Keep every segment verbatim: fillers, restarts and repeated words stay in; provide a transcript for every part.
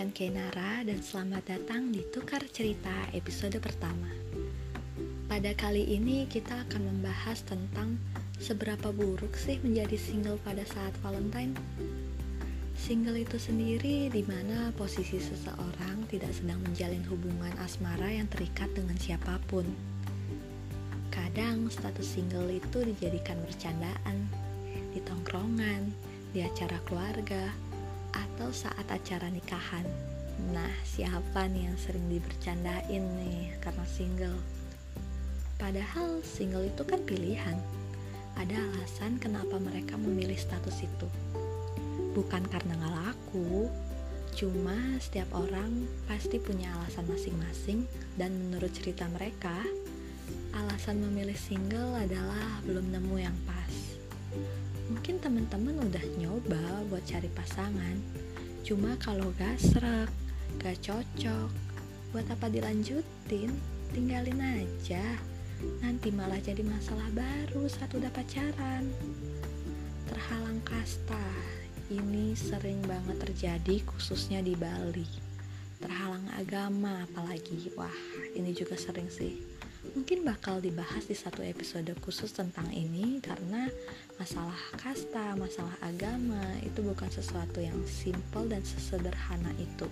Chan Kenara dan selamat datang di Tukar Cerita episode pertama. Pada kali ini kita akan membahas tentang seberapa buruk sih menjadi single pada saat Valentine. Single itu sendiri di mana posisi seseorang tidak sedang menjalin hubungan asmara yang terikat dengan siapapun. Kadang status single itu dijadikan bercandaan di tongkrongan, di acara keluarga, atau saat acara nikahan. Nah, siapa nih yang sering dibercandain nih karena single? Padahal single itu kan pilihan. Ada alasan kenapa mereka memilih status itu. Bukan karena gak laku, cuma setiap orang pasti punya alasan masing-masing. Dan menurut cerita mereka, alasan memilih single adalah belum nemu yang pas. Mungkin teman-teman udah nyoba buat cari pasangan, cuma kalau gak srek, gak cocok, buat apa dilanjutin? Tinggalin aja, nanti malah jadi masalah baru saat udah pacaran. Terhalang kasta, ini sering banget terjadi khususnya di Bali. Terhalang agama apalagi, wah ini juga sering sih. Mungkin bakal dibahas di satu episode khusus tentang ini, karena masalah kasta, masalah agama itu bukan sesuatu yang simpel dan sesederhana itu.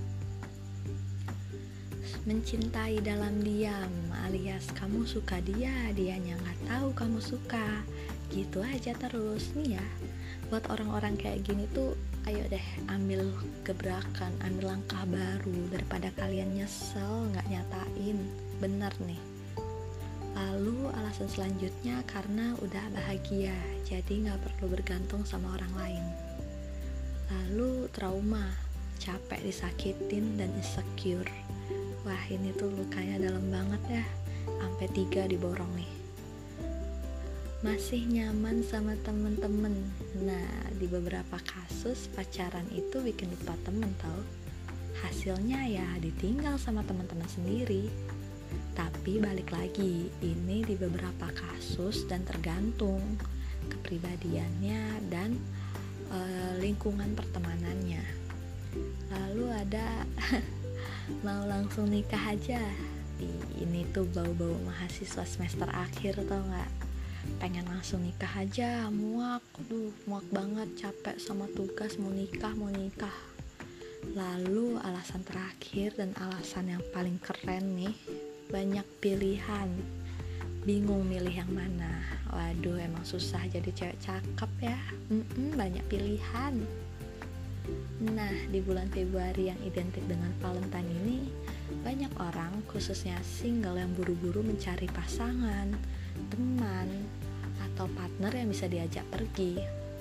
Mencintai dalam diam alias kamu suka dia, dianya gak tahu kamu suka, gitu aja terus nih ya. Buat orang-orang kayak gini tuh, ayo deh ambil gebrakan, ambil langkah baru daripada kalian nyesel gak nyatain. Bener nih. Lalu alasan selanjutnya karena udah bahagia, jadi gak perlu bergantung sama orang lain. Lalu trauma, capek disakitin dan insecure. Wah ini tuh lukanya dalam banget ya, sampai tiga diborong nih. Masih nyaman sama temen-temen. Nah, di beberapa kasus pacaran itu bikin lupa temen tau. Hasilnya ya ditinggal sama teman-teman sendiri. Tapi balik lagi, ini di beberapa kasus dan tergantung kepribadiannya dan e, lingkungan pertemanannya. Lalu ada mau langsung nikah aja. Ini tuh bau-bau mahasiswa semester akhir tau gak? Pengen langsung nikah aja, muak, aduh muak banget, capek sama tugas, mau nikah, mau nikah. Lalu alasan terakhir dan alasan yang paling keren nih, banyak pilihan, bingung milih yang mana. Waduh emang susah jadi cewek cakep ya. Mm-mm, banyak pilihan. Nah di bulan Februari yang identik dengan Valentine ini, banyak orang khususnya single yang buru-buru mencari pasangan, teman, atau partner yang bisa diajak pergi.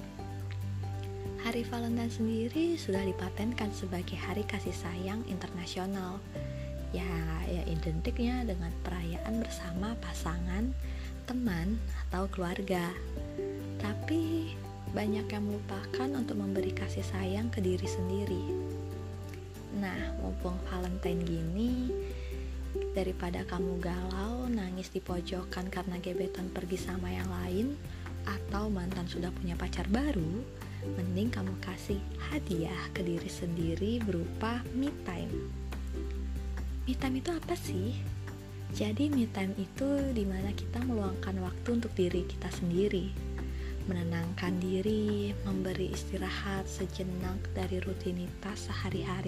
Hari Valentine sendiri sudah dipatenkan sebagai hari kasih sayang internasional. Ya, ya identiknya dengan perayaan bersama pasangan, teman, atau keluarga. Tapi banyak yang melupakan untuk memberi kasih sayang ke diri sendiri. Nah, mumpung Valentine gini, daripada kamu galau, nangis di pojokan karena gebetan pergi sama yang lain, atau mantan sudah punya pacar baru, mending kamu kasih hadiah ke diri sendiri berupa me time. Me time itu apa sih? Jadi me time itu dimana kita meluangkan waktu untuk diri kita sendiri, menenangkan diri, memberi istirahat sejenak dari rutinitas sehari-hari.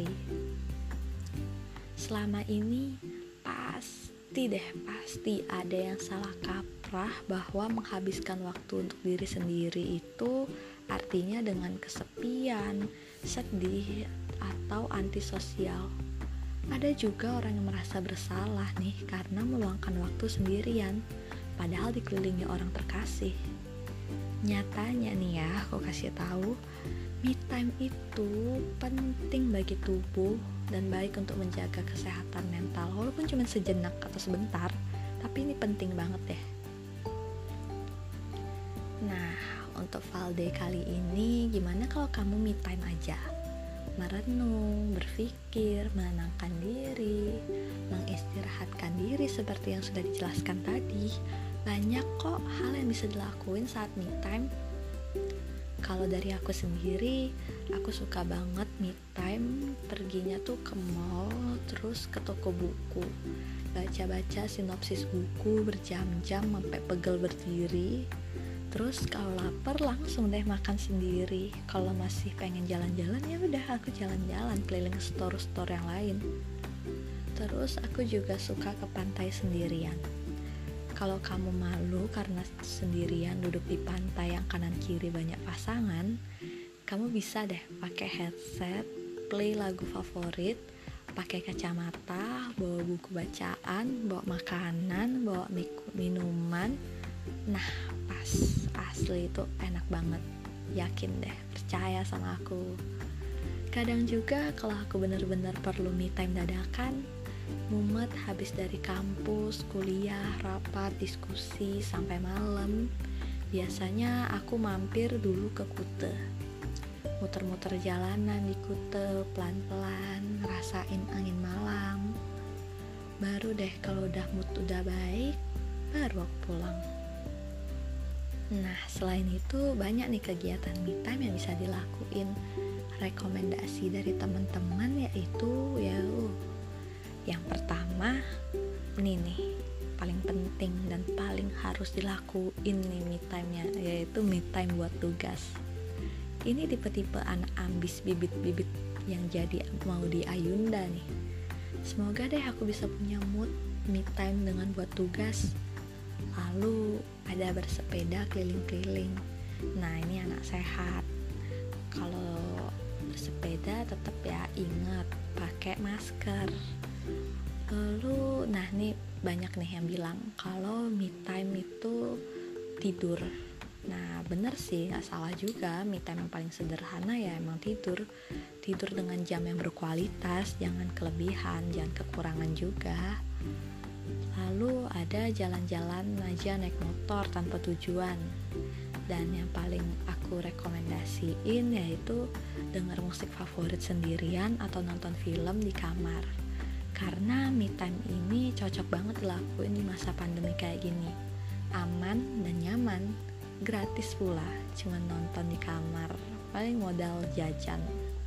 Selama ini pasti deh, pasti ada yang salah kaprah bahwa menghabiskan waktu untuk diri sendiri itu artinya dengan kesepian, sedih, atau antisosial. Ada juga orang yang merasa bersalah nih karena meluangkan waktu sendirian, padahal dikelilingi orang terkasih. Nyatanya nih ya, aku kasih tahu, me time itu penting bagi tubuh dan baik untuk menjaga kesehatan mental, walaupun cuma sejenak atau sebentar, tapi ini penting banget deh. Nah, untuk Valde kali ini, gimana kalau kamu me time aja? Merenung, berpikir, menenangkan diri, mengistirahatkan diri seperti yang sudah dijelaskan tadi. Banyak kok hal yang bisa dilakuin saat me time. Kalau dari aku sendiri, aku suka banget me time, perginya tuh ke mall, terus ke toko buku, baca-baca sinopsis buku berjam-jam sampai pegel berdiri. Terus kalau lapar langsung deh makan sendiri. Kalau masih pengen jalan-jalan ya udah aku jalan-jalan keliling store-store yang lain. Terus aku juga suka ke pantai sendirian. Kalau kamu malu karena sendirian duduk di pantai yang kanan kiri banyak pasangan, kamu bisa deh pakai headset, play lagu favorit, pakai kacamata, bawa buku bacaan, bawa makanan, bawa minuman. Nah, pas, asli itu enak banget. Yakin deh, percaya sama aku. Kadang juga kalau aku bener-bener perlu me time dadakan, mumet habis dari kampus, kuliah, rapat, diskusi sampai malam, biasanya aku mampir dulu ke Kuta. Muter-muter jalanan di Kuta pelan-pelan, ngerasain angin malam. Baru deh kalau udah mood udah baik, baru aku pulang. Nah, selain itu banyak nih kegiatan me time yang bisa dilakuin. Rekomendasi dari teman-teman yaitu ya uh, yang pertama, ini nih paling penting dan paling harus dilakuin nih me time-nya, yaitu me time buat tugas. Ini tipe-tipe anak ambis bibit-bibit yang jadi mau di Ayunda nih. Semoga deh aku bisa punya mood me time dengan buat tugas. Lalu ada bersepeda keliling-keliling. Nah, ini anak sehat. Kalau bersepeda tetap ya ingat pakai masker. Lalu, nah ini banyak nih yang bilang kalau me time itu tidur. Nah bener sih, gak salah juga. Me time yang paling sederhana ya emang tidur. Tidur dengan jam yang berkualitas, jangan kelebihan, jangan kekurangan juga. Lalu ada jalan-jalan aja naik motor tanpa tujuan. Dan yang paling aku rekomendasiin yaitu denger musik favorit sendirian atau nonton film di kamar. Karena me time ini cocok banget dilakuin di masa pandemi kayak gini. Aman dan nyaman, gratis pula, cuma nonton di kamar, paling modal jajan.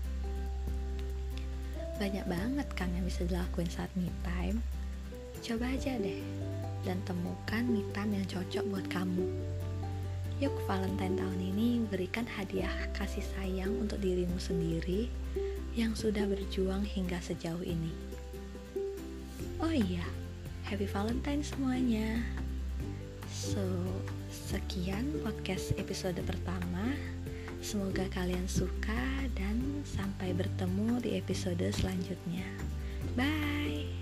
Banyak banget kan yang bisa dilakuin saat me time. Coba aja deh, dan temukan me time yang cocok buat kamu. Yuk, Valentine tahun ini berikan hadiah kasih sayang untuk dirimu sendiri yang sudah berjuang hingga sejauh ini. Oh iya, happy Valentine semuanya. So, sekian podcast episode pertama. Semoga kalian suka dan sampai bertemu di episode selanjutnya. Bye.